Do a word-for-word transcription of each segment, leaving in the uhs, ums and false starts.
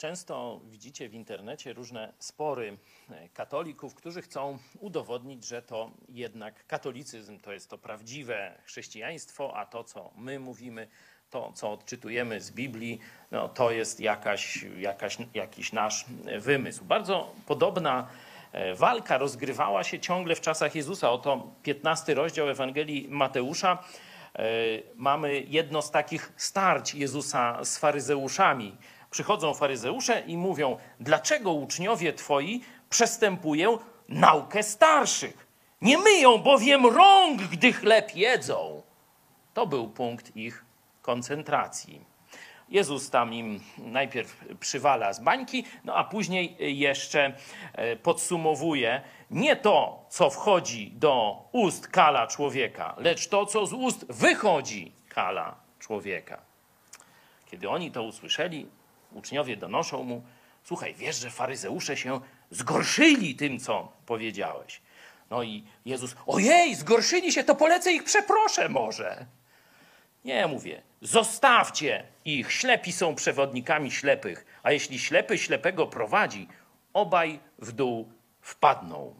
Często widzicie w internecie różne spory katolików, którzy chcą udowodnić, że to jednak katolicyzm to jest to prawdziwe chrześcijaństwo, a to, co my mówimy, to, co odczytujemy z Biblii, no, to jest jakaś, jakaś, jakiś nasz wymysł. Bardzo podobna walka rozgrywała się ciągle w czasach Jezusa. Oto piętnasty rozdział Ewangelii Mateusza. Mamy jedno z takich starć Jezusa z faryzeuszami. Przychodzą faryzeusze i mówią: dlaczego uczniowie twoi przestępują naukę starszych? Nie myją bowiem rąk, gdy chleb jedzą. To był punkt ich koncentracji. Jezus tam im najpierw przywala z bańki, no a później jeszcze podsumowuje: nie to, co wchodzi do ust, kala człowieka, lecz to, co z ust wychodzi, kala człowieka. Kiedy oni to usłyszeli, uczniowie donoszą mu: słuchaj, wiesz, że faryzeusze się zgorszyli tym, co powiedziałeś. No i Jezus: ojej, zgorszyli się, to polecę ich przeproszę może. Nie, mówię, zostawcie ich, ślepi są przewodnikami ślepych, a jeśli ślepy ślepego prowadzi, obaj w dół wpadną.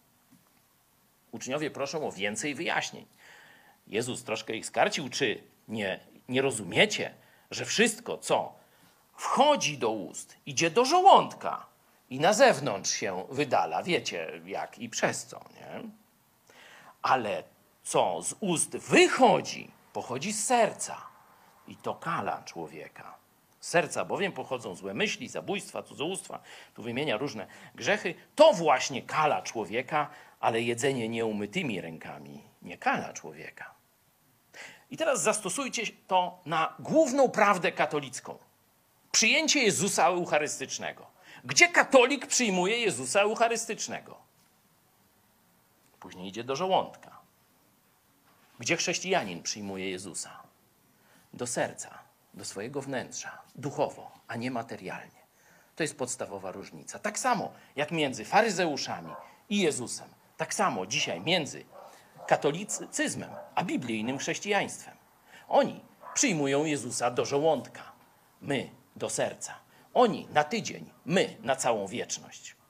Uczniowie proszą o więcej wyjaśnień. Jezus troszkę ich skarcił: czy nie, nie rozumiecie, że wszystko, co wchodzi do ust, idzie do żołądka i na zewnątrz się wydala, wiecie jak i przez co, nie? Ale co z ust wychodzi, pochodzi z serca i to kala człowieka. Z serca bowiem pochodzą złe myśli, zabójstwa, cudzołóstwa, tu wymienia różne grzechy. To właśnie kala człowieka, ale jedzenie nieumytymi rękami nie kala człowieka. I teraz zastosujcie to na główną prawdę katolicką. Przyjęcie Jezusa Eucharystycznego. Gdzie katolik przyjmuje Jezusa Eucharystycznego? Później idzie do żołądka. Gdzie chrześcijanin przyjmuje Jezusa? Do serca, do swojego wnętrza, duchowo, a nie materialnie. To jest podstawowa różnica. Tak samo jak między faryzeuszami i Jezusem, tak samo dzisiaj między katolicyzmem a biblijnym chrześcijaństwem. Oni przyjmują Jezusa do żołądka, my do serca. Oni na tydzień, my na całą wieczność.